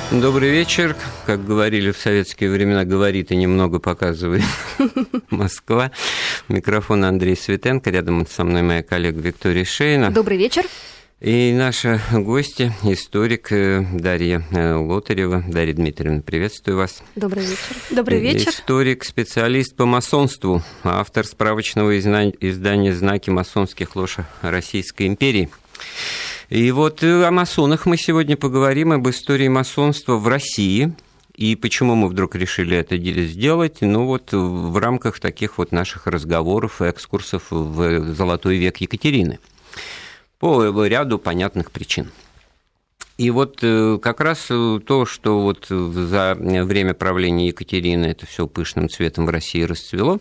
Добрый вечер. Как говорили в советские времена, говорит и немного показывает Москва. Микрофон Андрей Светенко. Рядом со мной моя коллега Виктория Шейна. Добрый вечер. И наши гости, историк Дарья Лотарева. Дарья Дмитриевна, приветствую вас. Добрый вечер. Добрый вечер. Историк, специалист по масонству, автор справочного издания «Знаки масонских лож Российской империи». И вот о масонах мы сегодня поговорим, об истории масонства в России. И почему мы вдруг решили это сделать? Ну вот в рамках таких вот наших разговоров и экскурсов в золотой век Екатерины. По ряду понятных причин. И вот как раз то, что вот за время правления Екатерины это все пышным цветом в России расцвело,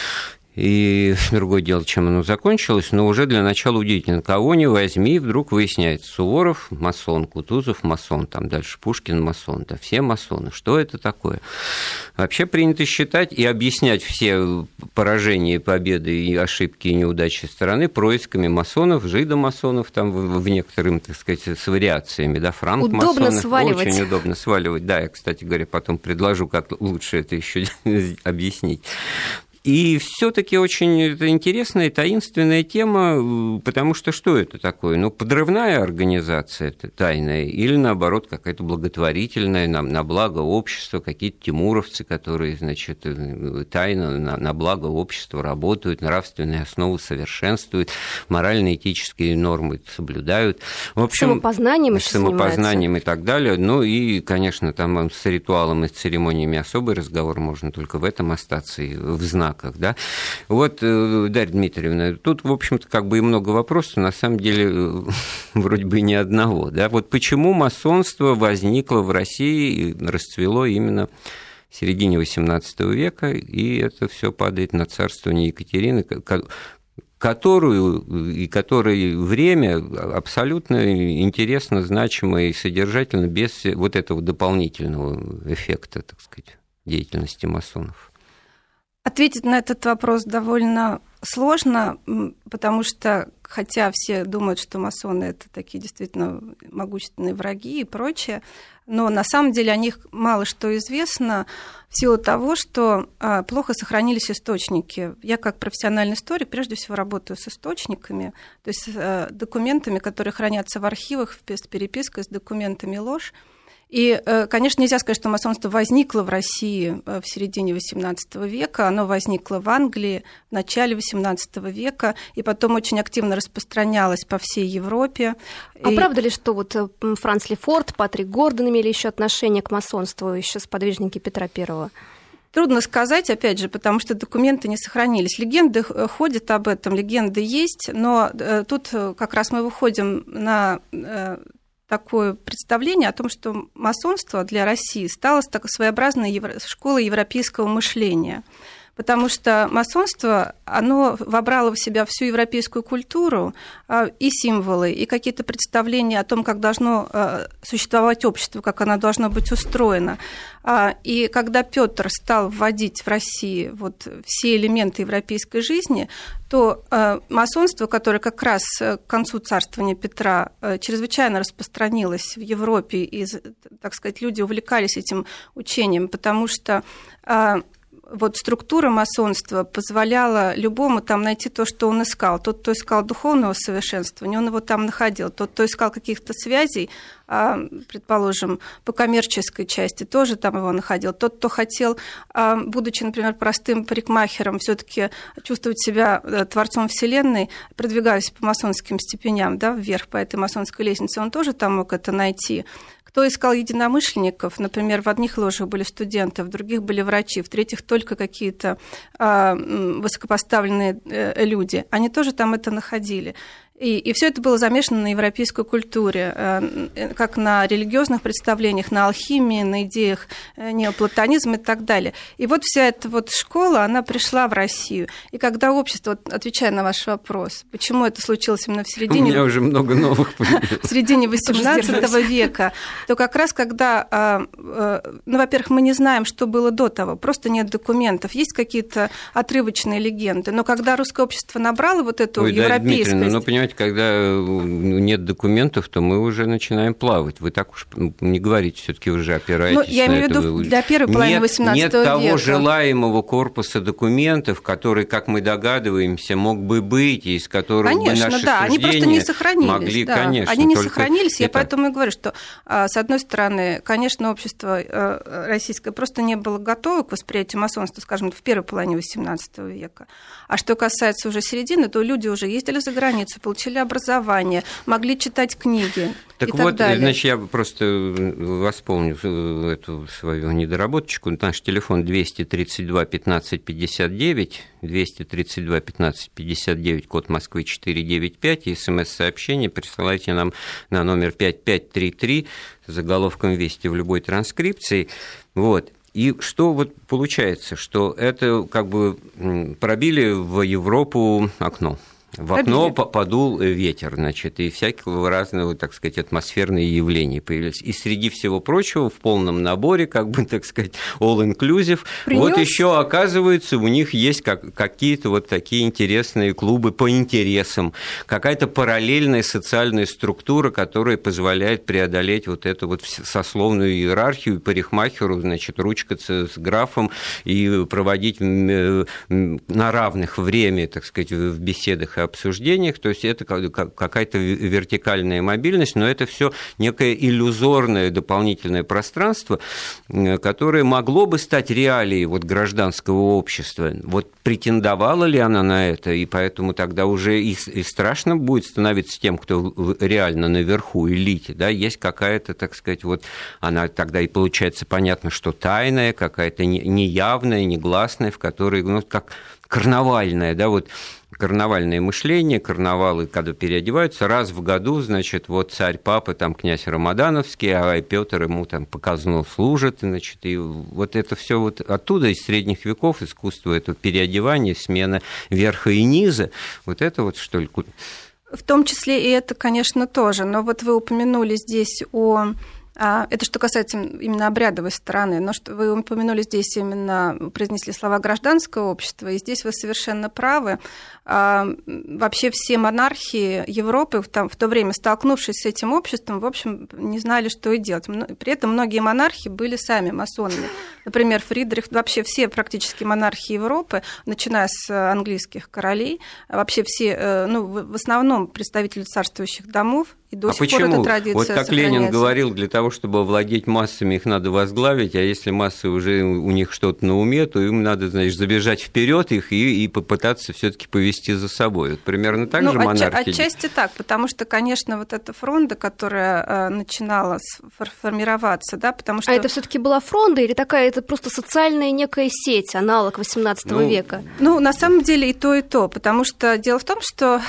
и другое дело, чем оно закончилось, но уже для начала удивительно. Кого ни возьми, вдруг выясняется: Суворов – масон, Кутузов – масон, там дальше Пушкин – масон, да все масоны. Что это такое? Вообще принято считать и объяснять все поражения, победы, и ошибки, и неудачи страны происками масонов, жидомасонов, там в некоторых, так сказать, с вариациями, да, франк-масонов. Удобно сваливать. Очень удобно сваливать, да, я, кстати говоря, потом предложу, как лучше это еще объяснить. И все-таки очень интересная и таинственная тема, потому что это такое? Ну, подрывная организация тайная или, наоборот, какая-то благотворительная, на благо общества, какие-то тимуровцы, которые, значит, тайно на благо общества работают, нравственные основы совершенствуют, морально-этические нормы соблюдают. В общем, самопознанием и так далее. Ну, и, конечно, там с ритуалом и с церемониями особый разговор, можно только в этом остаться, и в знак. Да? Вот, Дарья Дмитриевна, тут, в общем-то, как бы и много вопросов, на самом деле, вроде бы ни одного. Да? Вот почему масонство возникло в России и расцвело именно в середине XVIII века, и это все падает на царствование Екатерины, которой время абсолютно интересно, значимо и содержательно, без вот этого дополнительного эффекта, так сказать, деятельности масонов. Ответить на этот вопрос довольно сложно, потому что, хотя все думают, что масоны – это такие действительно могущественные враги и прочее, но на самом деле о них мало что известно в силу того, что плохо сохранились источники. Я как профессиональный историк прежде всего работаю с источниками, то есть с документами, которые хранятся в архивах, с перепиской, с документами ложь. И, конечно, нельзя сказать, что масонство возникло в России в середине XVIII века, оно возникло в Англии в начале XVIII века, и потом очень активно распространялось по всей Европе. Правда ли, что вот Франц Лефорт, Патрик Гордон имели еще отношение к масонству, еще сподвижники Петра I? Трудно сказать, опять же, потому что документы не сохранились. Легенды ходят об этом, легенды есть, но тут как раз мы выходим на такое представление о том, что масонство для России стало своеобразной школой европейского мышления. Потому что масонство, оно вобрало в себя всю европейскую культуру и символы, и какие-то представления о том, как должно существовать общество, как оно должно быть устроено. И когда Петр стал вводить в России вот все элементы европейской жизни, то масонство, которое как раз к концу царствования Петра чрезвычайно распространилось в Европе, и, так сказать, люди увлекались этим учением, потому что вот структура масонства позволяла любому там найти то, что он искал. Тот, кто искал духовного совершенствования, он его там находил. Тот, кто искал каких-то связей, предположим, по коммерческой части, тоже там его находил. Тот, кто хотел, будучи, например, простым парикмахером, все-таки чувствовать себя творцом Вселенной, продвигаясь по масонским степеням, да, вверх по этой масонской лестнице, он тоже там мог это найти. Кто искал единомышленников, например, в одних ложах были студенты, в других были врачи, в третьих только какие-то высокопоставленные люди, они тоже там это находили. И все это было замешано на европейской культуре, как на религиозных представлениях, на алхимии, на идеях неоплатонизма и так далее. И вот вся эта вот школа, она пришла в Россию. И когда общество, вот, отвечая на ваш вопрос, почему это случилось именно в середине... У меня уже много новых в середине XVIII века, то как раз когда... Ну, во-первых, мы не знаем, что было до того, просто нет документов, есть какие-то отрывочные легенды. Но когда русское общество набрало вот эту европейскость... Ну, понимаете, понимаете, когда нет документов, то мы уже начинаем плавать. Вы так уж не говорите, все-таки уже опираетесь на это. Я имею в виду для первой половины XVIII века. Нет того желаемого корпуса документов, который, как мы догадываемся, мог бы быть, и из которого бы наши суждения они просто не сохранились. Могли, да. конечно. Они не сохранились, я поэтому и говорю, что, с одной стороны, конечно, общество российское просто не было готово к восприятию масонства, скажем, в первой половине XVIII века. А что касается уже середины, то люди уже ездили за границу, получили образование, могли читать книги. Так вот, значит, я просто восполню эту свою недоработочку. Наш телефон 232 15 59, 232 15 59, код Москвы 495, и смс-сообщение присылайте нам на номер 5533 с заголовком «Вести» в любой транскрипции. Вот. И что вот получается, что это как бы пробили в Европу окно. В окно подул ветер, значит, и всякого разного, так сказать, атмосферные явления появились. И среди всего прочего, в полном наборе, как бы, так сказать, all-inclusive, вот еще оказывается, у них есть какие-то вот такие интересные клубы по интересам, какая-то параллельная социальная структура, которая позволяет преодолеть вот эту вот сословную иерархию, и парикмахеру, значит, ручкаться с графом и проводить на равных время, так сказать, в беседах и обсуждениях, то есть это какая-то вертикальная мобильность, но это все некое иллюзорное дополнительное пространство, которое могло бы стать реалией вот гражданского общества. Вот претендовала ли она на это, и поэтому тогда уже и страшно будет становиться тем, кто реально наверху, элите, да, есть какая-то, так сказать, вот она тогда и получается понятно, что тайная, какая-то неявная, негласная, в которой, ну, как карнавальная, да, вот карнавальное мышление, карнавалы, когда переодеваются, раз в году, значит, вот царь-папа, там, князь Рамадановский, а Петр ему там показано служит, значит, и вот это все вот оттуда, из средних веков, искусство, это переодевание, смена верха и низа, вот это вот, что ли? В том числе и это, конечно, тоже, но вот вы упомянули здесь это что касается именно обрядовой стороны, но что вы упомянули здесь именно, произнесли слова гражданского общества, и здесь вы совершенно правы. Вообще все монархии Европы в то время, столкнувшись с этим обществом, в общем, не знали, что и делать. При этом многие монархи были сами масонами. Например, Фридрих, вообще все практически монархи Европы, начиная с английских королей, вообще все, ну, в основном представители царствующих домов, и до сих пор эта традиция вот как сохраняется. Ленин говорил, для того, чтобы овладеть массами, их надо возглавить, а если массы уже у них что-то на уме, то им надо, значит, забежать вперед их и попытаться все-таки повести за собой. Вот примерно так же монархия. Отчасти так, потому что, конечно, вот эта фронда, которая начинала формироваться, да, потому что... А это все-таки была фронда или такая, это просто социальная некая сеть, аналог XVIII века? Ну, на самом деле и то, потому что дело в том, что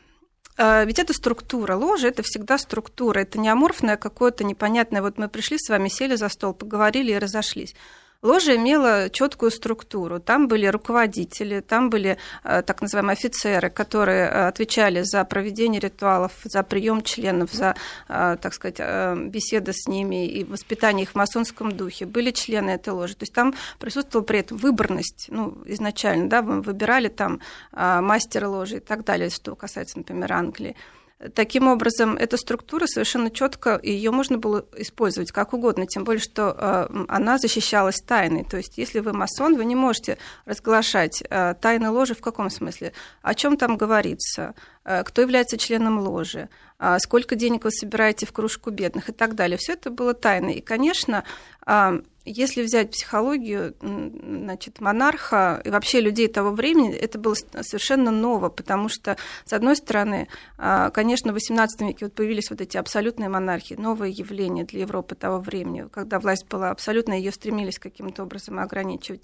ведь это структура, ложа – это всегда структура, это не аморфное какое-то непонятное. Вот мы пришли с вами, сели за стол, поговорили и разошлись. Ложа имела четкую структуру. Там были руководители, там были так называемые офицеры, которые отвечали за проведение ритуалов, за прием членов, за, так сказать, беседы с ними и воспитание их в масонском духе. Были члены этой ложи. То есть там присутствовала при этом выборность, ну, изначально, да, мы выбирали там мастера ложи и так далее, что касается, например, Англии. Таким образом, эта структура совершенно четко, ее можно было использовать как угодно, тем более, что она защищалась тайной. То есть, если вы масон, вы не можете разглашать тайны ложи в каком смысле? О чем там говорится? Кто является членом ложи? Сколько денег вы собираете в кружку бедных и так далее. Все это было тайной. И, конечно, если взять психологию, значит, монарха и вообще людей того времени, это было совершенно ново, потому что, с одной стороны, конечно, в XVIII веке вот появились вот эти абсолютные монархии, новое явление для Европы того времени, когда власть была абсолютно, ее стремились каким-то образом ограничивать.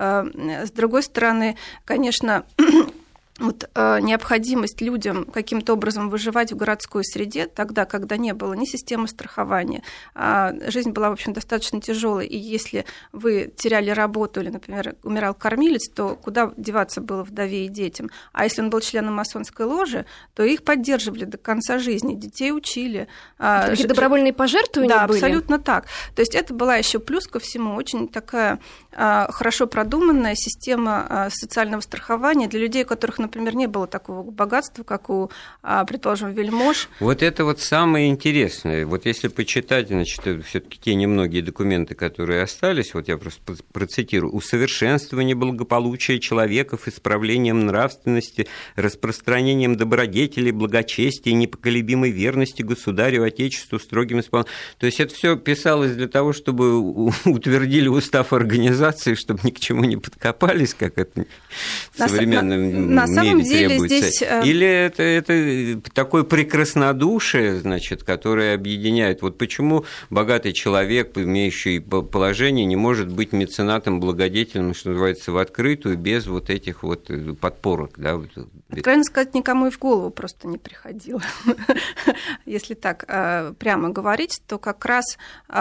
С другой стороны, конечно, вот необходимость людям каким-то образом выживать в городской среде, тогда, когда не было ни системы страхования, жизнь была, в общем, достаточно тяжелой, и если вы теряли работу или, например, умирал кормилец, то куда деваться было вдове и детям? А если он был членом масонской ложи, то их поддерживали до конца жизни, детей учили. Такие добровольные пожертвования да, были? Да, абсолютно так. То есть это была еще плюс ко всему очень такая хорошо продуманная система социального страхования для людей, у которых, например, не было такого богатства, как у, предположим, вельмож. Вот это вот самое интересное. Вот если почитать, значит, все-таки те немногие документы, которые остались, вот я просто процитирую: усовершенствование благополучия человека, исправлением нравственности, распространением добродетелей, благочестия, непоколебимой верности государю, отечеству, строгим исполнением. То есть это все писалось для того, чтобы утвердили устав организации, чтобы ни к чему не подкопались, как это в современном на самом мире деле требуется. здесь... Или это такое прекраснодушие, значит, которое объединяет. Вот почему богатый человек, имеющий положение, не может быть меценатом благодетельным, что называется, в открытую, без вот этих вот подпорок. Да? Откровенно сказать, никому и в голову просто не приходило. Если так прямо говорить, то как раз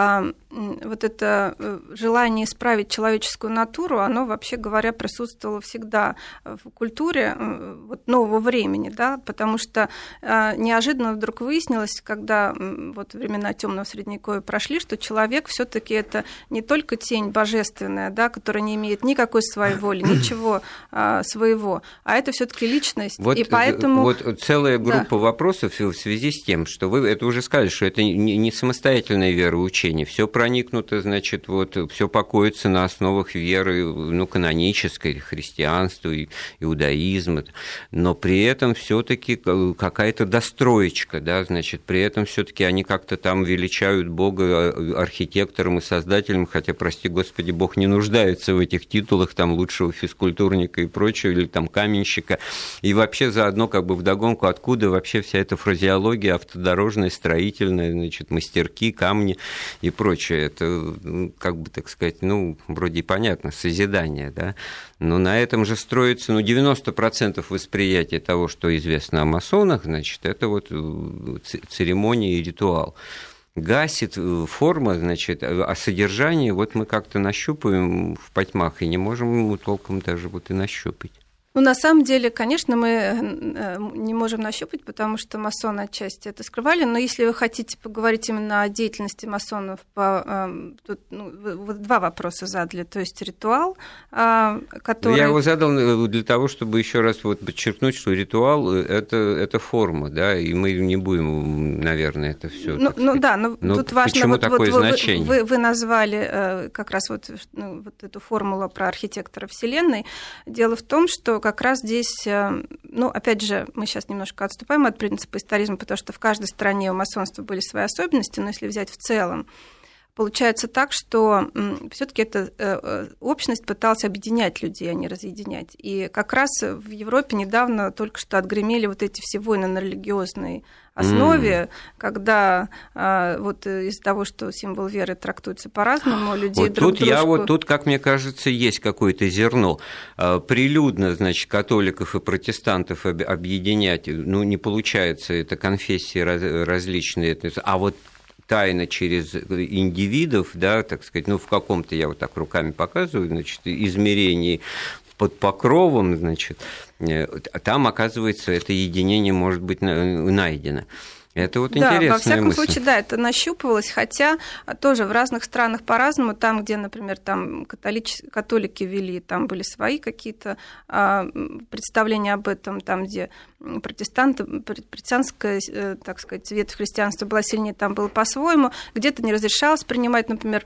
вот это желание исправить человеческую натуру, оно, вообще говоря, присутствовало всегда в культуре вот нового времени, да, потому что неожиданно вдруг выяснилось, когда вот времена темного средневековья прошли, что человек все-таки это не только тень божественная, да, которая не имеет никакой своей воли, ничего своего, а это все-таки личность. Вот, и поэтому... вот целая группа вопросов в связи с тем, что вы это уже сказали, что это не самостоятельное вероучение, все проникнуто, значит, вот все покоится на основах веры, ну, канонической, христианства, иудаизма, но при этом все-таки какая-то достроечка, да, значит, при этом все-таки они как-то там величают Бога архитектором и создателем, хотя, прости Господи, Бог не нуждается в этих титулах, там, лучшего физкультурника и прочего, или там каменщика, и вообще заодно как бы вдогонку, откуда вообще вся эта фразеология автодорожная, строительная, значит, мастерки, камни и прочее, это, как бы, так сказать, ну, вроде понятно, созидание, да, но на этом же строится, 90% восприятия того, что известно о масонах, значит, это вот церемония и ритуал. Гасит форма, значит, а содержание вот мы как-то нащупываем в потьмах и не можем ему толком даже вот и нащупать. Ну, на самом деле, конечно, мы не можем нащупать, потому что масоны отчасти это скрывали, но если вы хотите поговорить именно о деятельности масонов, тут вот два вопроса задали, то есть ритуал, который... Я его задал для того, чтобы еще раз вот подчеркнуть, что ритуал – это форма, да, и мы не будем, наверное, это все. Да, но тут важно... Почему такое значение? Вы назвали как раз вот эту формулу про архитектора Вселенной. Дело в том, что как раз здесь, ну, опять же, мы сейчас немножко отступаем от принципа историзма, потому что в каждой стране у масонства были свои особенности, но если взять в целом, получается так, что все-таки эта общность пыталась объединять людей, а не разъединять. И как раз в Европе недавно только что отгремели вот эти все войны на религиозной основе, когда вот из-за того, что символ веры трактуется по-разному, людей вот друг тут дружку... Вот тут, как мне кажется, есть какое-то зерно. Прилюдно, значит, католиков и протестантов объединять, ну, не получается, это конфессии различные, а вот тайно через индивидов, да, так сказать, ну, в каком-то, я вот так руками показываю, значит, измерении под покровом, значит, там, оказывается, это единение может быть найдено. Это вот интересная мысль. Да, во всяком случае, да, это нащупывалось, хотя тоже в разных странах по-разному, там, где, например, там католики вели, там были свои какие-то представления об этом, там, где протестантская, так сказать, ветвь христианства была сильнее, там было по-своему, где-то не разрешалось принимать, например,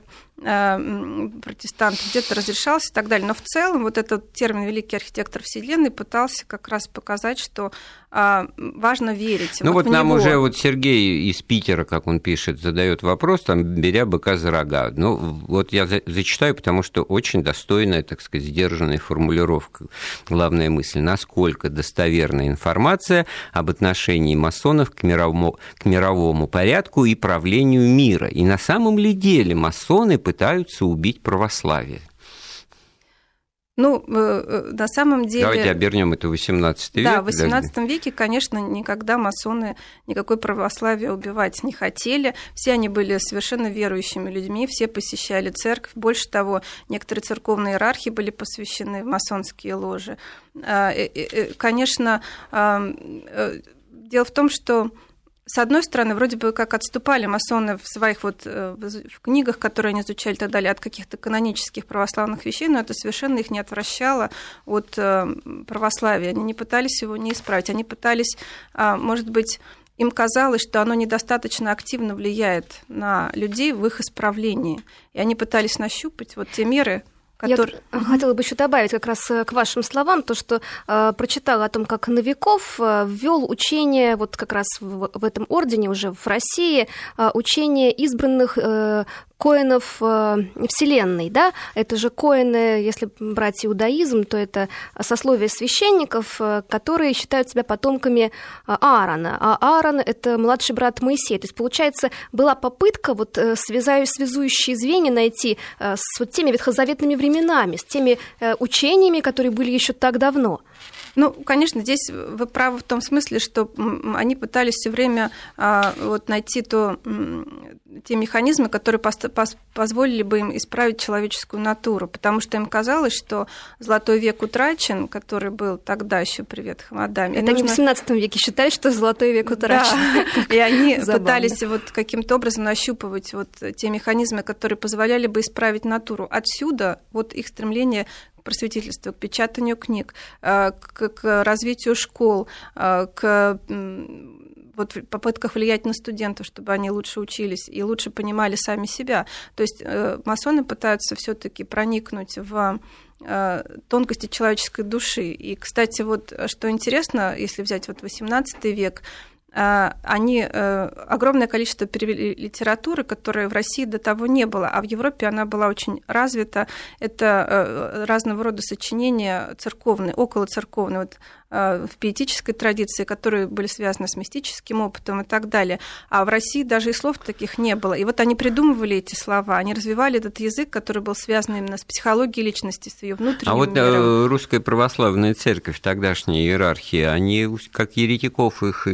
протестантов, где-то разрешалось и так далее. Но в целом вот этот термин «великий архитектор Вселенной» пытался как раз показать, что важно верить. Ну вот нам него. уже вот Сергей из Питера, как он пишет, задает вопрос, там, беря быка за рога. Ну вот я зачитаю, потому что очень достойная, так сказать, сдержанная формулировка. Главная мысль: насколько достоверна информация об отношении масонов к мировому порядку и правлению мира. И на самом ли деле масоны пытаются убить православие? Ну, на самом деле... Давайте обернем это в XVIII век. Да, в XVIII веке, конечно, никогда масоны никакое православие убивать не хотели. Все они были совершенно верующими людьми, все посещали церковь. Больше того, некоторые церковные иерархи были посвящены в масонские ложи. Конечно, дело в том, что с одной стороны, вроде бы как отступали масоны в своих в книгах, которые они изучали и так далее, от каких-то канонических православных вещей, но это совершенно их не отвращало от православия. Они не пытались его не исправить. Они пытались, может быть, им казалось, что оно недостаточно активно влияет на людей в их исправлении. И они пытались нащупать те меры, которые... Я хотела бы еще добавить как раз к вашим словам то, что прочитала о том, как Новиков ввел учение как раз в этом ордене уже в России, учение избранных коэнов Вселенной, да, это же коэны, если брать иудаизм, то это сословие священников, которые считают себя потомками Аарона, а Аарон — это младший брат Моисея, то есть, получается, была попытка связующие звенья найти с теми ветхозаветными временами, с теми учениями, которые были еще так давно. Конечно, здесь вы правы в том смысле, что они пытались все время найти те механизмы, которые позволили бы им исправить человеческую натуру, потому что им казалось, что золотой век утрачен, который был тогда еще при Ветхом Адаме. Это они в XVII веке считали, что золотой век утрачен. Да. И они пытались каким-то образом нащупывать те механизмы, которые позволяли бы исправить натуру. Отсюда их стремление просветительству, к печатанию книг, к развитию школ, к попытках влиять на студентов, чтобы они лучше учились и лучше понимали сами себя. То есть масоны пытаются все-таки проникнуть в тонкости человеческой души. И, кстати, что интересно, если взять XVIII век, огромное количество перевели литературы, которой в России до того не было, а в Европе она была очень развита. Это разного рода сочинения церковные, околоцерковные, в пиетической традиции, которые были связаны с мистическим опытом и так далее. А в России даже и слов таких не было. И они придумывали эти слова, они развивали этот язык, который был связан именно с психологией личности, с ее внутренним миром. Русская православная церковь, тогдашняя иерархия, они как еретиков их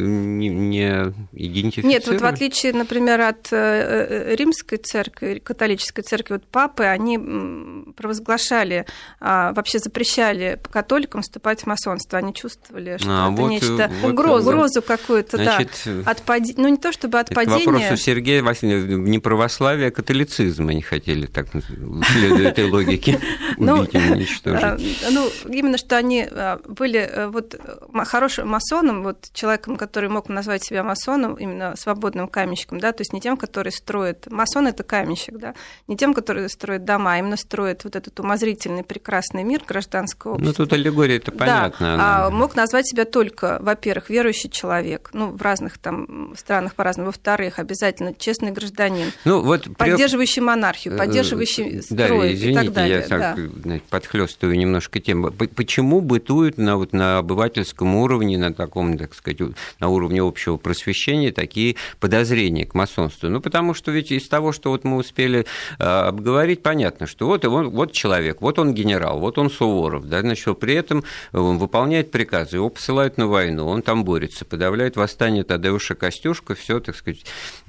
не идентифицировали? Нет, в отличие, например, от римской церкви, католической церкви, папы, они провозглашали, вообще запрещали католикам вступать в масонство. Они чувствовали, что это нечто, угрозу какую-то, значит, от падения. Не то чтобы от падения. К вопросу Сергея Васильевича, не православие, а католицизм они хотели, так следуя этой логике, убить и уничтожить. Именно что они были хорошим масоном, человеком, который мог назвать себя масоном, именно свободным каменщиком, да, то есть не тем, который строит. Масон — это каменщик, да, не тем, который строит дома, а именно строит этот умозрительный прекрасный мир гражданского общества. Тут аллегория-то понятна. Да, мог назвать себя только, во-первых, верующий человек, в разных странах по-разному, во-вторых, обязательно честный гражданин, поддерживающий монархию, поддерживающий строй и так далее. Я подхлёстываю немножко тему. Почему бытуют на обывательском уровне, на таком, так сказать, на уровне общего просвещения такие подозрения к масонству? Потому что ведь из того, что мы успели обговорить, понятно, что вот человек, вот он генерал, вот он Суворов, да, значит, при этом он выполняет приказы, его посылают на войну, он там борется, подавляет восстание Тадеуша Костюшка, все, так сказать,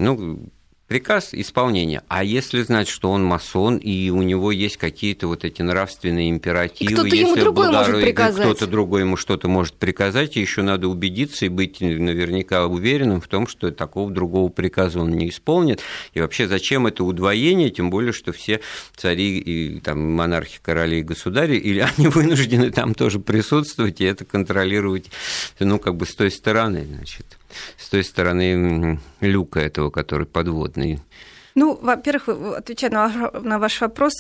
приказ исполнения. А если знать, что он масон, и у него есть какие-то эти нравственные императивы, кто-то ему другой может приказать. Кто-то другой ему что-то может приказать, и еще надо убедиться и быть наверняка уверенным в том, что такого другого приказа он не исполнит. И вообще, зачем это удвоение, тем более, что все цари и монархи, короли и государи, или они вынуждены там тоже присутствовать и это контролировать, с той стороны, с той стороны люка этого, который подводный. Во-первых, отвечая на ваш вопрос,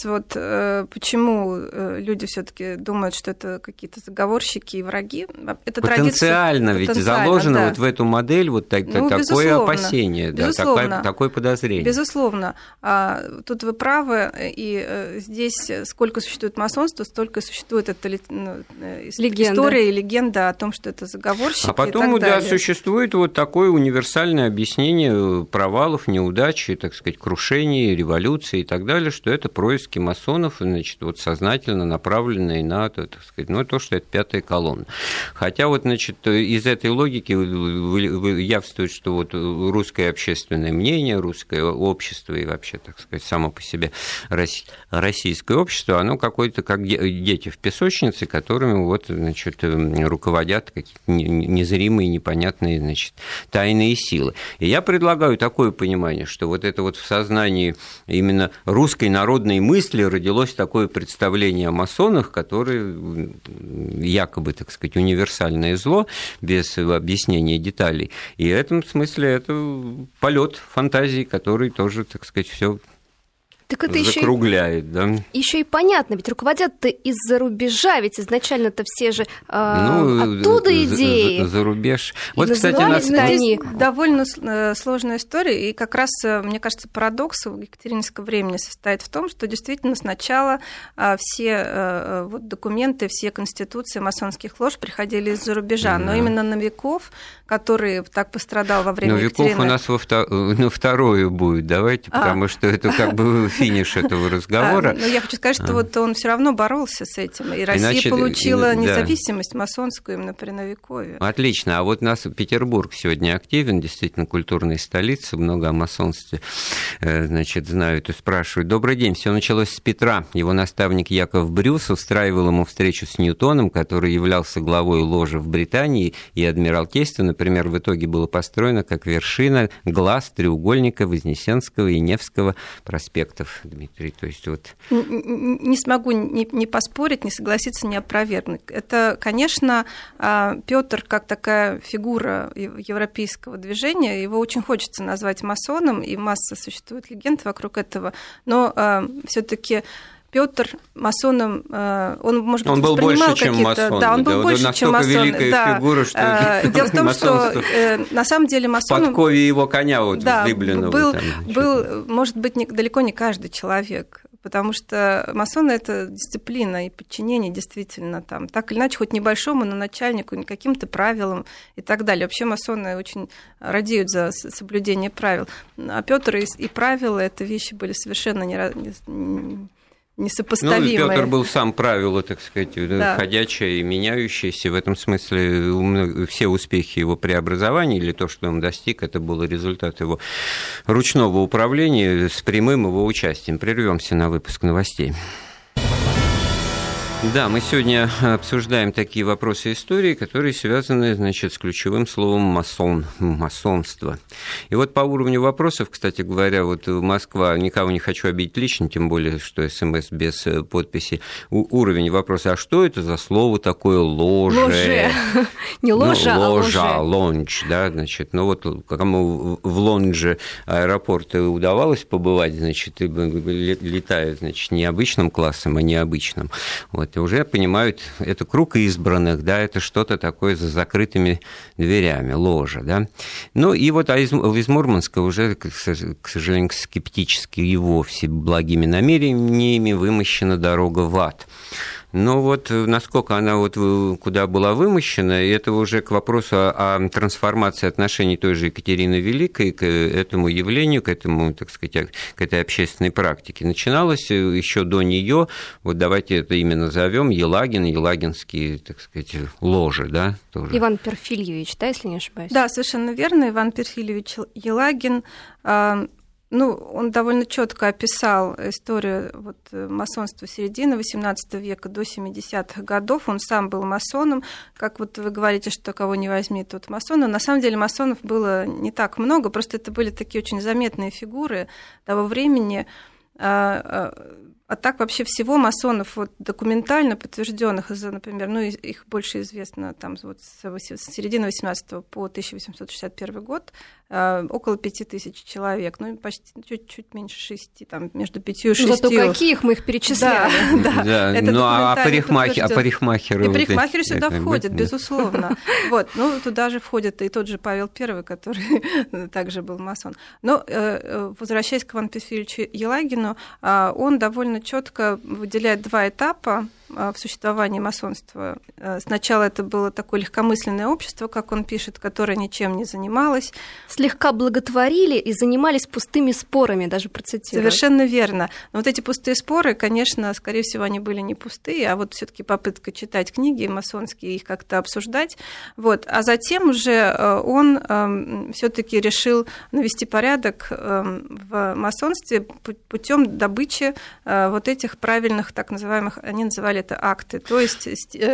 почему люди все-таки думают, что это какие-то заговорщики и враги. Это потенциально ведь заложено в эту модель такое опасение, такое подозрение. Безусловно. Тут вы правы, и здесь сколько существует масонства, столько существует история и легенда о том, что это заговорщики. А потом, и так далее. Существует такое универсальное объяснение провалов, неудач, так сказать, крушений, революций и так далее, что это происки масонов, значит, вот сознательно направленные на, так сказать, ну, то, что это пятая колонна. Хотя вот, значит, из этой логики явствует, что вот русское общественное мнение, русское общество и вообще, так сказать, само по себе российское общество, оно какое-то как дети в песочнице, которыми вот, значит, руководят какие-то незримые, непонятные, значит, тайные силы. И я предлагаю такое понимание, что вот это вот в сознании именно русской народной мысли родилось такое представление о масонах, которые якобы, так сказать, универсальное зло, без объяснения деталей. И в этом смысле это полет фантазии, который тоже, так сказать, все закругляет, да. Еще и понятно, ведь руководят-то из-за рубежа, ведь изначально-то все же оттуда идеи. За рубеж. Вот, кстати, здесь довольно сложная история, и как раз, мне кажется, парадокс екатерининского времени состоит в том, что действительно сначала все вот документы, все конституции масонских лож приходили из-за рубежа, но именно Новиков, который так пострадал во время Екатерины... Новиков у нас на вторую будет, давайте, потому что это как бы финиш этого разговора. Но я хочу сказать, что вот он все равно боролся с этим, и Россия получила независимость масонскую именно при Новикове. Отлично, а вот у нас Петербург сегодня активен, действительно культурная столица, много о масонстве, значит, знают и спрашивают. Добрый день, все началось с Петра. Его наставник Яков Брюс устраивал ему встречу с Ньютоном, который являлся главой ложи в Британии, и Адмиралтейство, например, в итоге было построено как вершина глаз треугольника Вознесенского и Невского проспектов. Дмитрий, то есть вот... Не смогу не поспорить, не согласиться, не опровергнуть. Это, конечно, Петр как такая фигура европейского движения, его очень хочется назвать масоном, и масса существует легенд вокруг этого, но все-таки Петр масоном, он, может быть, он был больше, чем масон. Да, он был больше, чем масон. Великая фигура, что дело в том, что на самом деле масоном... В подкове его коня вот вздыбленного. Был, может быть, далеко не каждый человек, потому что масоны – это дисциплина и подчинение действительно там, так или иначе, хоть небольшому, но начальнику, не каким-то правилам и так далее. Вообще масоны очень радеют за соблюдение правил. А Петр и правила – это вещи были совершенно несопоставимые. Ну, Петр был сам правило, так сказать, ходячее и меняющееся. В этом смысле все успехи его преобразования или то, что он достиг, это был результат его ручного управления с прямым его участием. Прервемся на выпуск новостей. Да, мы сегодня обсуждаем такие вопросы истории, которые связаны, значит, с ключевым словом масонство. И вот по уровню вопросов, кстати говоря, вот Москва, никого не хочу обидеть лично, тем более, что СМС без подписи, уровень вопроса, а что это за слово такое ложе? Не ложа, а ложа, лонж, да, значит, ну вот кому в лонже аэропорта удавалось побывать, значит, летают, значит, не обычным классом, а необычным, вот. Уже понимают, это круг избранных, да, это что-то такое за закрытыми дверями, ложа, да. Ну, и вот из Мурманска уже, к сожалению, скептически и вовсе благими намерениями вымощена дорога в ад. Но вот насколько она вот куда была вымощена, и это уже к вопросу о трансформации отношений той же Екатерины Великой к этому явлению, к этому, так сказать, к этой общественной практике. Начиналось еще до нее, вот давайте это именно назовем, елагинские, так сказать, ложи, да? Тоже. Иван Перфильевич, да, если не ошибаюсь? Да, совершенно верно, Иван Перфильевич Елагин. Ну, он довольно четко описал историю вот, масонства середины XVIII века до 70-х годов. Он сам был масоном. Как вот вы говорите, что кого не возьми, тот масон. Но на самом деле масонов было не так много, просто это были такие очень заметные фигуры того времени. А так вообще всего масонов вот, документально подтвержденных, например, ну, их больше известно там, вот, с середины 18 по 1861 год, около 5000 человек, ну, почти чуть меньше 6, там, между 5 и 6. Зато каких мы их перечисляли. Да. Ну, а парикмахеры? И парикмахеры сюда входят, безусловно. Вот, ну, туда же входит и тот же Павел I, который также был масон. Но, возвращаясь к Ивану Перфильевичу Елагину, он довольно четко выделяет два этапа в существовании масонства. Сначала это было такое легкомысленное общество, как он пишет, которое ничем не занималось. Слегка благотворили и занимались пустыми спорами, даже процитирую. Совершенно верно. Но вот эти пустые споры, конечно, скорее всего, они были не пустые, а вот все-таки попытка читать книги масонские, их как-то обсуждать. Вот. А затем уже он все-таки решил навести порядок в масонстве путем добычи вот этих правильных, так называемых, они называли это акты, то есть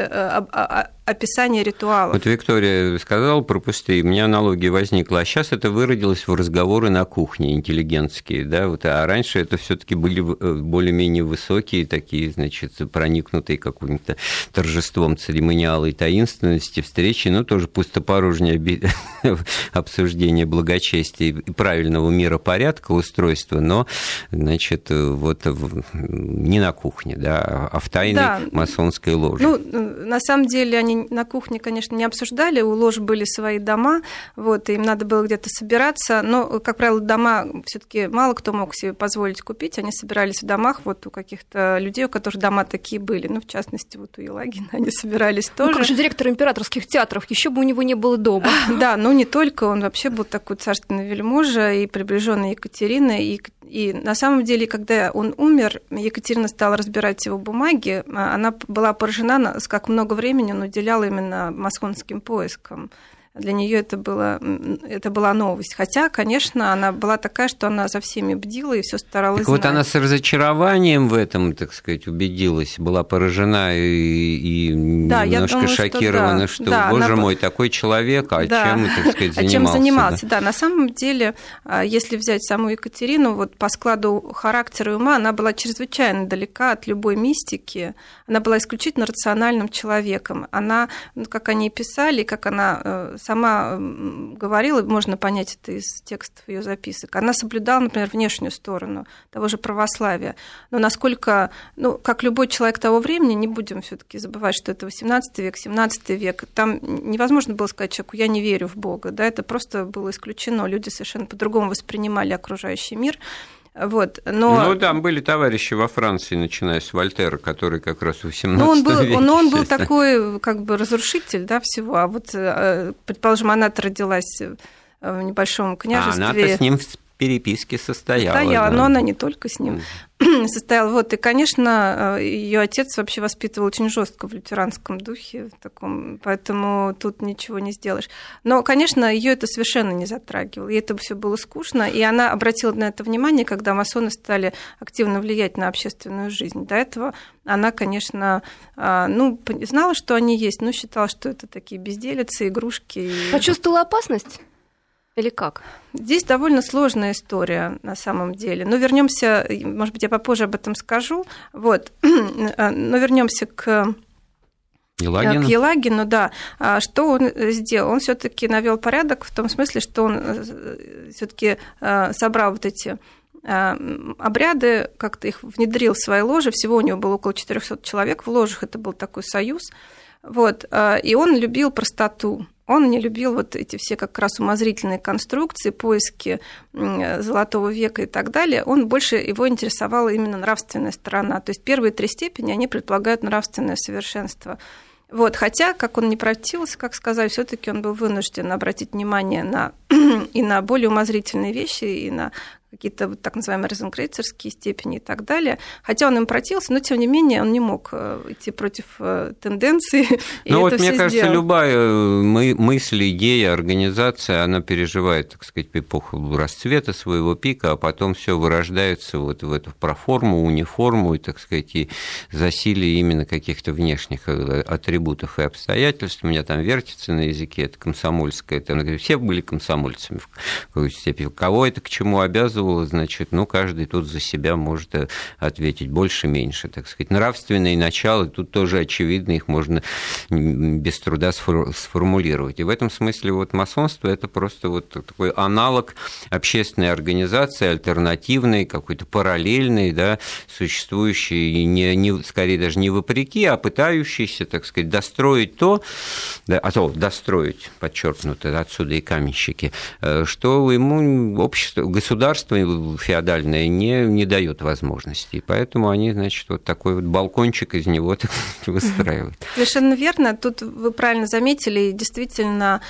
описание ритуала. Вот Виктория сказала про пустые, у меня аналогия возникла, а сейчас это выродилось в разговоры на кухне интеллигентские, да, вот, а раньше это все-таки были более-менее высокие, такие, значит, проникнутые каким-то торжеством церемониала и таинственности, встречи, ну, тоже пустопорожнее обсуждение благочестия и правильного миропорядка, устройства, но, значит, вот не на кухне, да, а в тайной масонской ложе. Ну, на самом деле они на кухне, конечно, не обсуждали, у лож были свои дома, вот, и им надо было где-то собираться, но, как правило, дома все-таки мало кто мог себе позволить купить, они собирались в домах вот у каких-то людей, у которых дома такие были, ну, в частности, вот у Елагина они собирались тоже. Ну, как же директор императорских театров, еще бы у него не было дома. Да, но не только, он вообще был такой царственный вельможа и приближенный Екатерины, и на самом деле, когда он умер, Екатерина стала разбирать его бумаги, она была поражена, как много времени он уделял именно масонским поискам. Для нее это была новость. Хотя, конечно, она была такая, что она за всеми бдила и все старалась так знать. Вот она с разочарованием в этом, так сказать, убедилась, была поражена и да, немножко шокирована, что боже мой, такой человек, чем, так сказать, занимался. Чем занимался, да. На самом деле, если взять саму Екатерину, вот по складу характера и ума, она была чрезвычайно далека от любой мистики, она была исключительно рациональным человеком. Она, как они писали, как она сама говорила, можно понять это из текстов ее записок, она соблюдала, например, внешнюю сторону того же православия. Но насколько, как любой человек того времени, не будем все-таки забывать, что это 18 век, 17 век, там невозможно было сказать человеку, я не верю в Бога, да, это просто было исключено, люди совершенно по-другому воспринимали окружающий мир. Вот, но... там были товарищи во Франции, начиная с Вольтера, который как раз в 18 веке. Но он был такой, как бы, разрушитель, да, всего. А вот, предположим, она-то родилась в небольшом княжестве. Она-то с ним в переписке состояла. Да. Но она не только с ним состояла. Вот, и, конечно, ее отец вообще воспитывал очень жестко в лютеранском духе, в таком, поэтому тут ничего не сделаешь. Но, конечно, ее это совершенно не затрагивало. Ей это все было скучно, и она обратила на это внимание, когда масоны стали активно влиять на общественную жизнь. До этого она, конечно, знала, что они есть, но считала, что это такие безделицы, игрушки. Почувствовала опасность? Или как? Здесь довольно сложная история на самом деле. Но вернемся, может быть, я попозже об этом скажу. Вот. Но вернемся к Елагину, да. Что он сделал? Он все-таки навел порядок в том смысле, что он все-таки собрал вот эти обряды, как-то их внедрил в свои ложи. Всего у него было около 400 человек в ложах, это был такой союз. Вот. И он любил простоту. Он не любил вот эти все как раз умозрительные конструкции, поиски Золотого века и так далее. Он больше его интересовала именно нравственная сторона. То есть первые 3 степени, они предполагают нравственное совершенство. Вот. Хотя, как он не противился, как сказать, все-таки он был вынужден обратить внимание и на более умозрительные вещи, и на какие-то вот так называемые розенкрейцерские степени и так далее. Хотя он им противился, но, тем не менее, он не мог идти против тенденции. Ну вот, мне кажется, любая мысль, идея, организация, она переживает, так сказать, эпоху расцвета своего пика, а потом все вырождается вот в эту проформу, униформу, и, так сказать, и засилие именно каких-то внешних атрибутов и обстоятельств. У меня там вертится на языке, это комсомольское. Все были комсомольцами в какой-то степени. Кого это к чему обязывало? Значит, каждый тут за себя может ответить больше-меньше, так сказать. Нравственные начала, тут тоже очевидно, их можно без труда сформулировать. И в этом смысле вот масонство – это просто вот такой аналог общественной организации, альтернативной, какой-то параллельной, да, существующей, скорее даже не вопреки, а пытающейся, так сказать, достроить достроить, подчеркнуто, отсюда и каменщики, что ему общество, государство государство феодальное не дает возможности. И поэтому они, значит, вот такой вот балкончик из него выстраивают. Совершенно верно. Тут вы правильно заметили, действительно,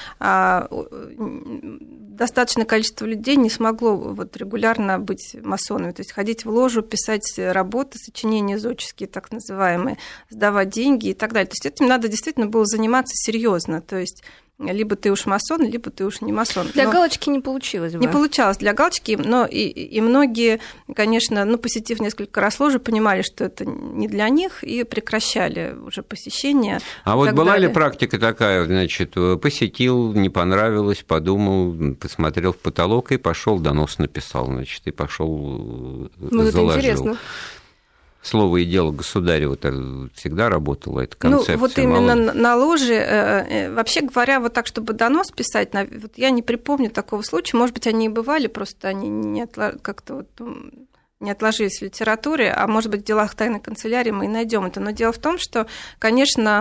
достаточное количество людей не смогло вот регулярно быть масонами, то есть ходить в ложу, писать работы, сочинения зодческие, так называемые, сдавать деньги и так далее. То есть этим надо действительно было заниматься серьезно. То есть либо ты уж масон, либо ты уж не масон. Для галочки не получилось бы. Не получалось для галочки, но и многие, конечно, посетив несколько раз ложу, понимали, что это не для них, и прекращали уже посещение. А вот была ли практика такая, значит, посетил, не понравилось, подумал, посмотрел в потолок и пошел донос написал, значит, и пошел заложил. Это интересно. Слово и дело государева всегда работала эта концепция. Вот именно на ложе, вообще говоря, вот так, чтобы донос писать, вот я не припомню такого случая, может быть, они и бывали, просто они как-то вот не отложились в литературе, а может быть, в делах тайной канцелярии мы и найдем это. Но дело в том, что, конечно,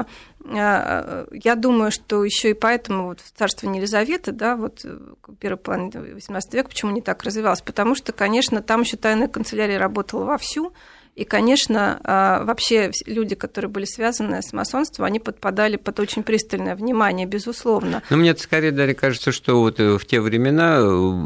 я думаю, что еще и поэтому вот в царствовании Елизаветы, да, вот первой половины XVIII века, почему не так развивалось? Потому что, конечно, там еще тайная канцелярия работала вовсю. И, конечно, вообще люди, которые были связаны с масонством, они подпадали под очень пристальное внимание, безусловно. Но мне скорее, Дарья, кажется, что вот в те времена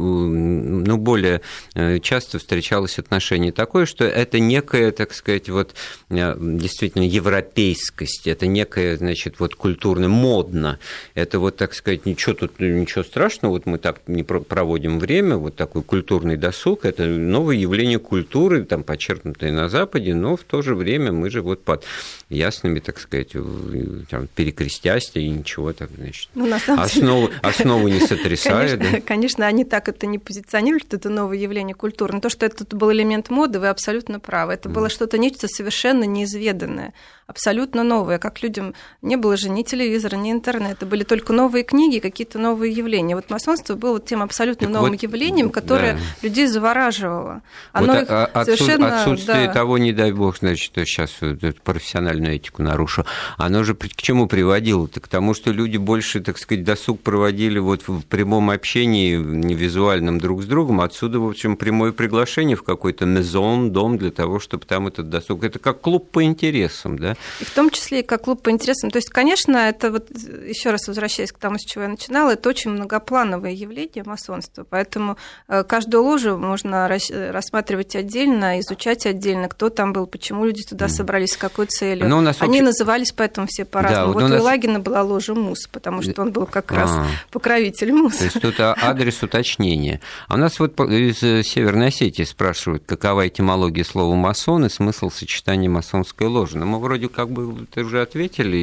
более часто встречалось отношение такое, что это некая, так сказать, вот действительно европейскость, это некая, значит, вот культурно модно. Это вот, так сказать, ничего страшного, вот мы так не проводим время, вот такой культурный досуг, это новое явление культуры, там, подчеркнутое на Западе, но в то же время мы же вот под ясными, так сказать, там, перекрестясь и ничего так, значит, основу не сотрясая. Конечно, они так это не позиционируют, что это новое явление культуры. Но то, что это был элемент моды, вы абсолютно правы. Это было что-то, нечто совершенно неизведанное, абсолютно новое. Как людям не было же ни телевизора, ни интернета. Были только новые книги, какие-то новые явления. Вот масонство было тем абсолютно новым явлением, которое людей завораживало. Оно совершенно... Отсутствие того, не дай бог, значит, что сейчас профессиональную этику нарушу, оно же к чему приводило-то? К тому, что люди больше, так сказать, досуг проводили вот в прямом общении, визуальном друг с другом. Отсюда, в общем, прямое приглашение в какой-то мезон, дом для того, чтобы там этот досуг... Это как клуб по интересам, да? И в том числе и как клуб по интересам. То есть, конечно, это вот, еще раз возвращаясь к тому, с чего я начинала, это очень многоплановое явление масонства, поэтому каждую ложу можно рассматривать отдельно, изучать отдельно, кто там был, почему люди туда собрались, с какой целью. Они назывались поэтому все по-разному. Да, вот у Елагина была ложа Мус, потому что он был как раз покровитель Мус. То есть тут адрес уточнения. А у нас вот из Северной Осетии спрашивают, какова этимология слова масон и смысл сочетания масонской ложи. Но мы вроде как бы уже ответили.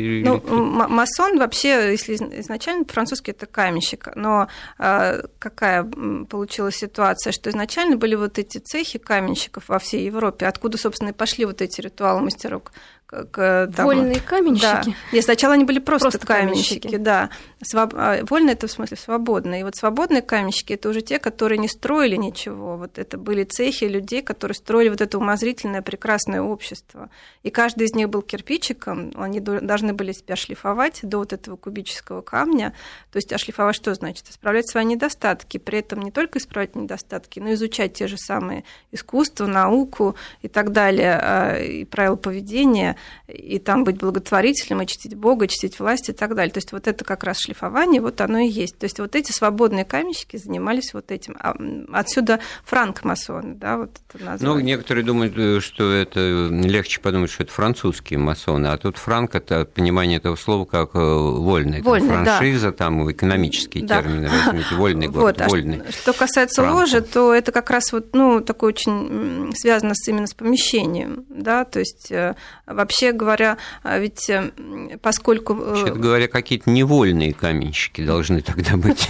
Масон вообще, если изначально по-французски, это каменщик. Но какая получилась ситуация, что изначально были вот эти цехи каменщиков во всей Европе, откуда, собственно, и пошли вот эти ритуалы мастерок. Вольные каменщики? Да. Нет, сначала они были просто каменщики, да. Вольные – это в смысле свободные. И вот свободные каменщики – это уже те, которые не строили ничего. Вот это были цехи людей, которые строили вот это умозрительное, прекрасное общество. И каждый из них был кирпичиком, они должны были себя шлифовать до вот этого кубического камня. То есть, а шлифовать что значит? Исправлять свои недостатки. При этом не только исправлять недостатки, но и изучать те же самые искусства, науку и так далее, и правила поведения, и там быть благотворителем, и чтить Бога, чтить власть и так далее. То есть вот это как раз шлифование, вот оно и есть. То есть вот эти свободные каменщики занимались вот этим. Отсюда франкмасоны, да, вот это название. Ну, некоторые думают, что это легче подумать, что это французские масоны, а тут франк – это понимание этого слова как вольный. Франшиза, да. Там экономические термины, возьмите, вольный город, вот. Вольный. Что касается ложи, то это как раз вот, такое очень связано именно с помещением, да, то есть вообще говоря, ведь поскольку... Вообще говоря, какие-то невольные каменщики должны тогда быть.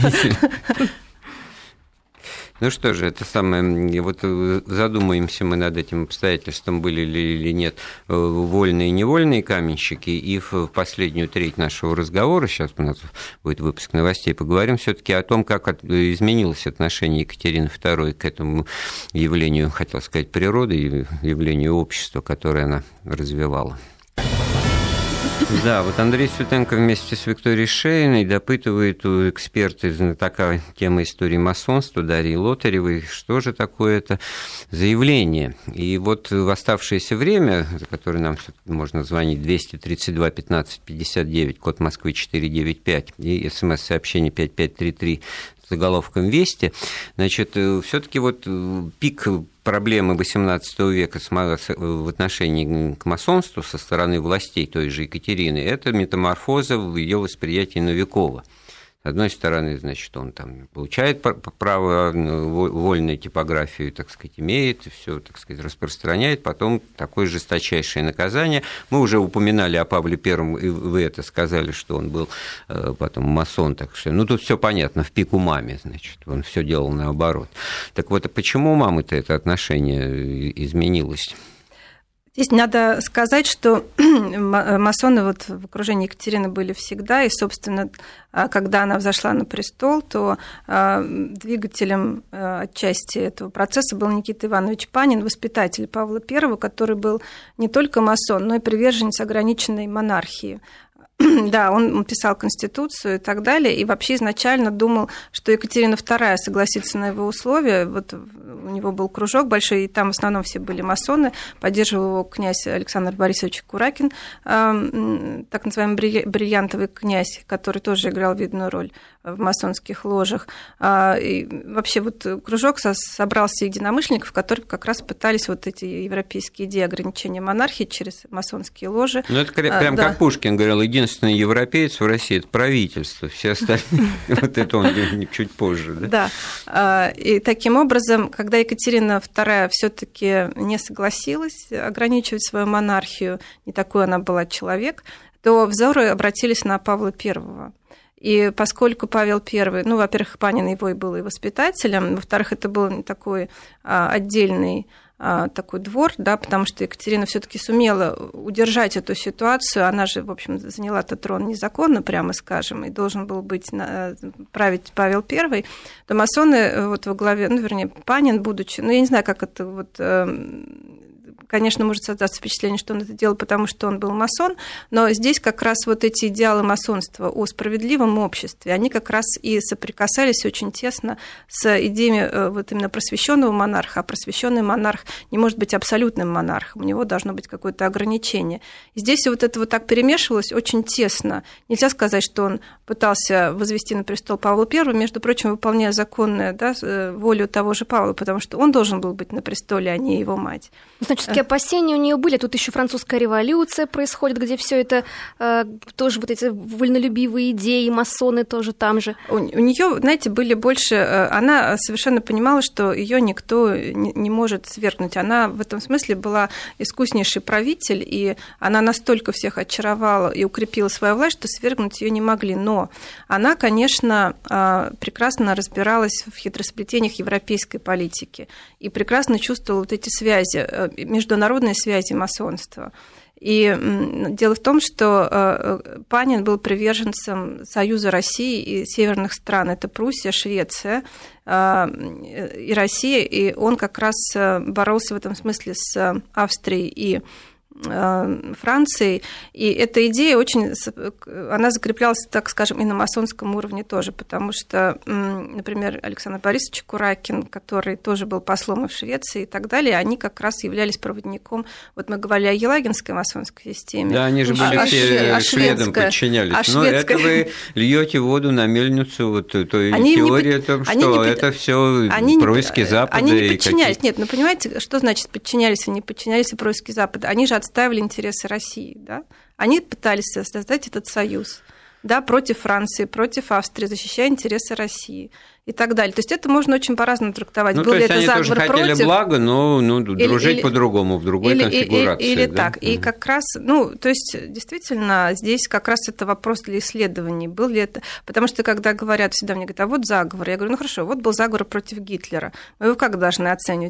Ну что же, это самое, вот задумаемся мы над этим обстоятельством, были ли или нет вольные и невольные каменщики, и в последнюю треть нашего разговора, сейчас у нас будет выпуск новостей, поговорим все-таки о том, как изменилось отношение Екатерины II к этому явлению, хотел сказать, природы и явлению общества, которое она развивала. Да, вот Андрей Светенко вместе с Викторией Шейной допытывает у эксперта, знатока темы истории масонства Дарьи Лотаревой, что же такое это заявление. И вот в оставшееся время, за которое нам можно звонить 232 15 59, код Москвы 495 и смс-сообщение 5533 с заголовком «Вести», значит, все-таки вот пик проблемы XVIII века в отношении к масонству со стороны властей той же Екатерины – это метаморфоза в ее восприятии Новикова. С одной стороны, значит, он там получает право вольной типографию, так сказать, имеет, все, так сказать, распространяет, потом такое жесточайшее наказание. Мы уже упоминали о Павле Первом, и вы это сказали, что он был потом масон, так что, ну, тут все понятно, в пику маме, значит, он все делал наоборот. Так вот, а почему у мамы-то это отношение изменилось? Здесь надо сказать, что масоны вот в окружении Екатерины были всегда, и, собственно, когда она взошла на престол, то двигателем отчасти этого процесса был Никита Иванович Панин, воспитатель Павла I, который был не только масон, но и приверженец ограниченной монархии. Да, он писал Конституцию и так далее, и вообще изначально думал, что Екатерина II согласится на его условия. Вот у него был кружок большой, и там в основном все были масоны. Поддерживал его князь Александр Борисович Куракин, так называемый бриллиантовый князь, который тоже играл видную роль в масонских ложах. И вообще вот кружок собрался единомышленников, которые как раз пытались вот эти европейские идеи ограничения монархии через масонские ложи. Ну, это прям да. Как Пушкин говорил, единственный европеец в России – это правительство, все остальные, вот это он чуть позже. Да, и таким образом, когда Екатерина II все-таки не согласилась ограничивать свою монархию, не такой она была человек, то взоры обратились на Павла I. И поскольку Павел I, ну, во-первых, Панин его и был и воспитателем, во-вторых, это был такой отдельный такой двор, да, потому что Екатерина все-таки сумела удержать эту ситуацию, она же, в общем, заняла этот трон незаконно, прямо скажем, и должен был править Павел I, то масоны вот во главе, ну, вернее, Панин, будучи, ну, я не знаю, как это вот... Конечно, может создаться впечатление, что он это делал, потому что он был масон, но здесь как раз вот эти идеалы масонства о справедливом обществе, они как раз и соприкасались очень тесно с идеями вот именно просвещенного монарха, а просвещенный монарх не может быть абсолютным монархом, у него должно быть какое-то ограничение. И здесь вот это вот так перемешивалось очень тесно. Нельзя сказать, что он пытался возвести на престол Павла I, между прочим, выполняя законную, да, волю того же Павла, потому что он должен был быть на престоле, а не его мать. Значит, такие опасения у нее были. Тут еще французская революция происходит, где все это тоже вот эти вольнолюбивые идеи, масоны тоже там же. У нее, знаете, были больше... Она совершенно понимала, что ее никто не может свергнуть. Она в этом смысле была искуснейший правитель, и она настолько всех очаровала и укрепила свою власть, что свергнуть ее не могли. Но она, конечно, прекрасно разбиралась в хитросплетениях европейской политики и прекрасно чувствовала вот эти связи, международные связи масонства. И дело в том, что Панин был приверженцем Союза России и северных стран. Это Пруссия, Швеция и Россия. И он как раз боролся в этом смысле с Австрией и Францией, и эта идея очень, она закреплялась, так скажем, и на масонском уровне тоже, потому что, например, Александр Борисович Куракин, который тоже был послом в Швеции и так далее, они как раз являлись проводником, вот мы говорили о елагинской масонской системе. Да, они же были все шведам подчинялись, но это вы льете воду на мельницу, вот той теории о том, что это все происки Запада. Они не подчинялись, нет, ну понимаете, что значит подчинялись, они подчинялись и происки Запада, они же отстаивали интересы России, да? Они пытались создать этот союз, да, против Франции, против Австрии, защищая интересы России и так далее. То есть это можно очень по-разному трактовать. Ну, был то есть ли это они тоже хотели блага, но дружить по-другому, в другой конфигурации. Или да? так. И как раз, ну, то есть действительно здесь как раз это вопрос для исследований. Был ли это... Потому что когда говорят, всегда мне говорят, а вот заговор. Я говорю, ну хорошо, вот был заговор против Гитлера. Мы его как должны оценивать?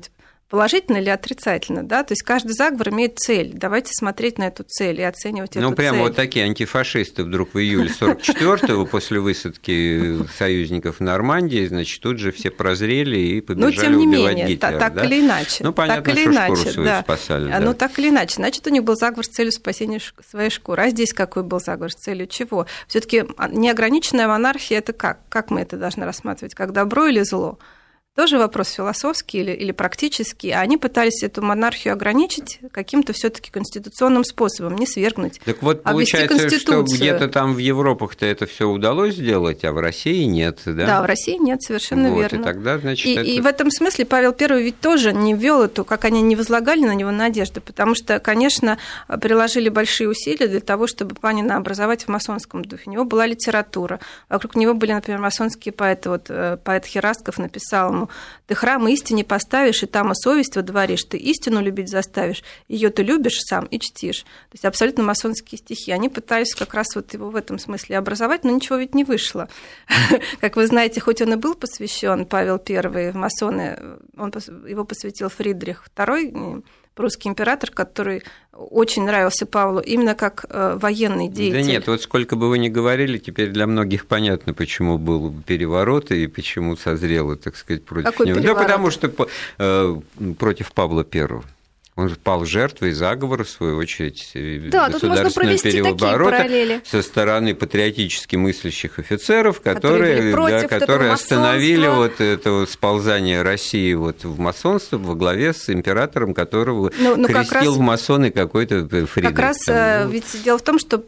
положительно или отрицательно, да, то есть каждый заговор имеет цель, давайте смотреть на эту цель и оценивать эту цель. Ну, прямо вот такие антифашисты вдруг в июле 44-го, после высадки союзников в Нормандии, значит, тут же все прозрели и побежали убивать Гитлера. Так или иначе. Ну, понятно, что шкуру свою спасали. Да. Ну, так или иначе. Значит, у них был заговор с целью спасения своей шкуры. А здесь какой был заговор с целью чего? Все-таки неограниченная монархия – это как? Как мы это должны рассматривать? Как добро или зло? Тоже вопрос философский или практический. Они пытались эту монархию ограничить каким-то все-таки конституционным способом, не свергнуть. Так вот, получается, что где-то там в Европах-то это все удалось сделать, а в России нет, да? Да, в России нет, совершенно верно. И тогда, значит, и в этом смысле Павел I ведь тоже не ввел эту, как они не возлагали на него надежды, потому что, конечно, приложили большие усилия для того, чтобы Панина образовать в масонском духе. У него была литература, вокруг него были, например, масонские поэты. Вот поэт Херасков написал ему: «Ты храм истине поставишь, и там и совесть водворишь, ты истину любить заставишь, ее ты любишь сам и чтишь». То есть абсолютно масонские стихи. Они пытались как раз вот его в этом смысле образовать, но ничего ведь не вышло. Как вы знаете, хоть он и был посвящен, Павел I, в масоны, его посвятил Фридрих II, прусский император, который очень нравился Павлу именно как военный деятель. Да нет, вот сколько бы вы ни говорили, теперь для многих понятно, почему был переворот и почему созрело, так сказать, против Какой него. Переворот? Да потому что против Павла I. Он пал жертвой заговора, в свою очередь, государственного переворота со стороны патриотически мыслящих офицеров, которые остановили вот это сползание России вот в масонство во главе с императором, которого крестил в масоны какой-то Фридрих. Как раз ведь дело в том, что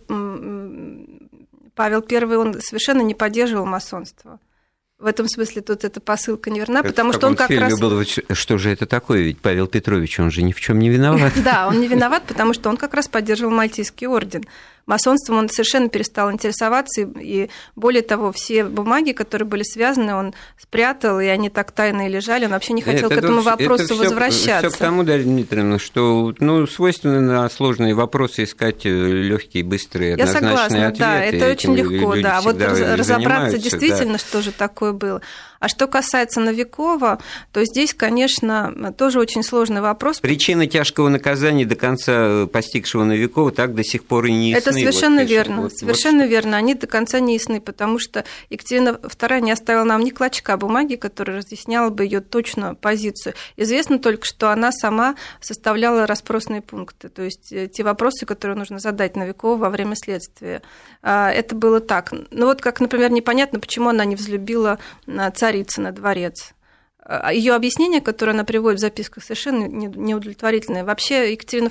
Павел I, он совершенно не поддерживал масонство. В этом смысле тут эта посылка неверна, потому что он как раз... Было, что же это такое? Ведь Павел Петрович, он же ни в чем не виноват. Да, он не виноват, потому что он как раз поддерживал Мальтийский орден. Масонством он совершенно перестал интересоваться, и более того, все бумаги, которые были связаны, он спрятал, и они так тайно и лежали, он вообще не хотел к этому вопросу возвращаться. Все к тому, Дарья Дмитриевна, что свойственно на сложные вопросы искать легкие, быстрые, однозначные ответы. Да, это очень легко, да. Вот разобраться действительно, что же такое было. А что касается Новикова, то здесь, конечно, тоже очень сложный вопрос. Причины тяжкого наказания до конца постигшего Новикова так до сих пор и не ясны. Это совершенно верно, совершенно верно. Они до конца не ясны, потому что Екатерина II не оставила нам ни клочка бумаги, которая разъясняла бы ее точную позицию. Известно только, что она сама составляла распросные пункты, то есть те вопросы, которые нужно задать Новикову во время следствия. Это было так. Ну вот как, например, непонятно, почему она не взлюбила Царицына дворец. Ее объяснение, которое она приводит в записках, совершенно неудовлетворительное. Вообще Екатерина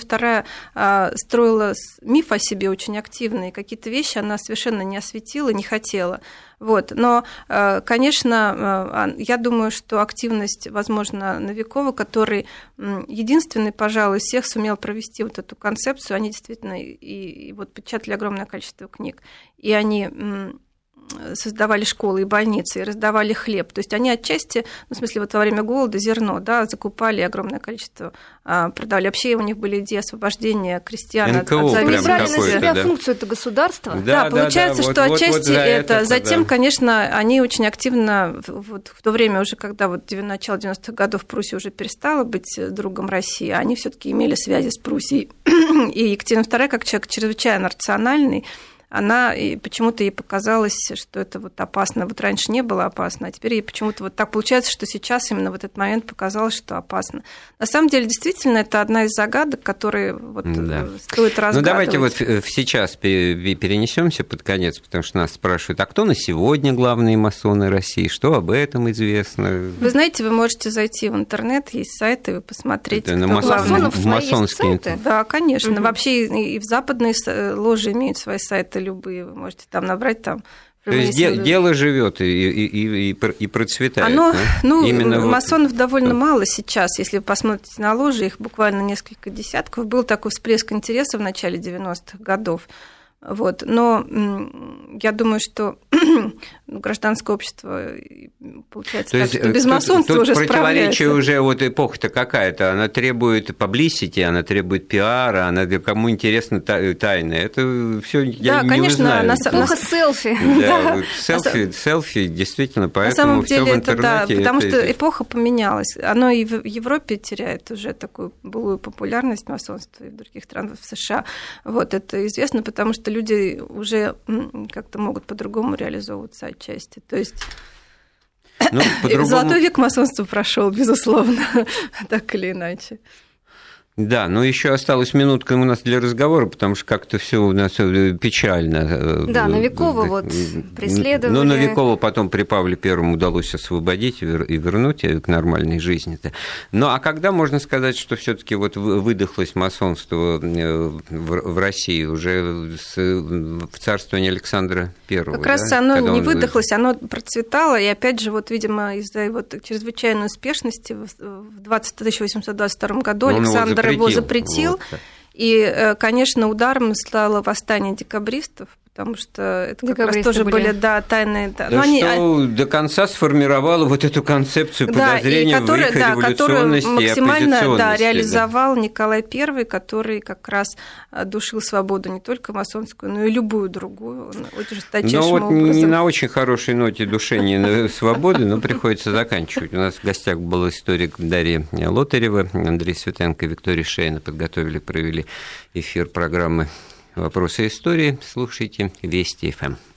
II строила миф о себе очень активно, и какие-то вещи она совершенно не осветила, не хотела. Вот. Но, конечно, я думаю, что активность, возможно, Новикова, который единственный, пожалуй, из всех сумел провести вот эту концепцию, они действительно и вот печатали огромное количество книг, и они создавали школы и больницы, и раздавали хлеб. То есть они отчасти, в смысле, вот во время голода зерно, да, закупали огромное количество, продавали. Вообще у них были идеи освобождения крестьян от зависимости. Они брали на себя функцию это государства. Да, получается, что отчасти это. Затем, конечно, они очень активно, вот в то время уже, когда вот начало 90-х годов Пруссия уже перестала быть другом России, они все-таки имели связи с Пруссией. И Екатерина II, как человек чрезвычайно рациональный, она, и почему-то ей показалось, что это вот опасно. Вот раньше не было опасно, а теперь ей почему-то вот так получается, что сейчас именно в этот момент показалось, что опасно. На самом деле, действительно, это одна из загадок, которые вот стоит разгадывать. Ну, давайте вот сейчас перенесемся под конец, потому что нас спрашивают, а кто на сегодня главные масоны России? Что об этом известно? Вы знаете, вы можете зайти в интернет, есть сайты, вы посмотрите, кто главный. В масонские. Да, конечно. Вообще и в западные ложи имеют свои сайты любые, вы можете там набрать там. То есть дело живет и процветает. Оно, масонов довольно мало сейчас. Если вы посмотрите на ложи, их буквально несколько десятков. Был такой всплеск интереса в начале 90-х годов. Вот. Но я думаю, что гражданское общество, получается, так, что без масонства уже справляется. Противоречие уже, вот эпоха-то какая-то, она требует publicity, она требует пиара, она кому интересно тайна. Это все я не узнаю. Эпоха селфи. Да, селфи, действительно, поэтому на самом деле в интернете. Да, потому что эпоха поменялась. Оно и в Европе теряет уже такую былую популярность масонства, и в других странах, в США. Вот это известно, потому что люди уже как-то могут по-другому реализовываться отчасти. То есть золотой век масонства прошел, безусловно, так или иначе. Да, но еще осталась минутка у нас для разговора, потому что как-то все у нас печально. Да, Новикова вот преследовали. Но Новикова потом при Павле Первом удалось освободить и вернуть к нормальной жизни-то. Ну, а когда можно сказать, что все-таки вот выдохлось масонство в России уже в царствовании Александра Первого? Как раз оно не выдохлось, оно процветало, и опять же, вот, видимо, из-за вот чрезвычайной успешности в 1822 году Александр его запретил. Вот. И, конечно, ударом стало восстание декабристов, потому что это как раз тоже были тайные... Да, но что до конца сформировало вот эту концепцию подозрения в их революционности и максимально реализовал Николай I, который как раз душил свободу не только масонскую, но и любую другую, очень жесточайшим образом. Ну вот не на очень хорошей ноте душения свободы, но приходится заканчивать. У нас в гостях был историк Дарья Лотарева, Андрей Светенко и Виктория Шейна подготовили, провели эфир программы «Вопросы истории». Слушайте Вести ФМ.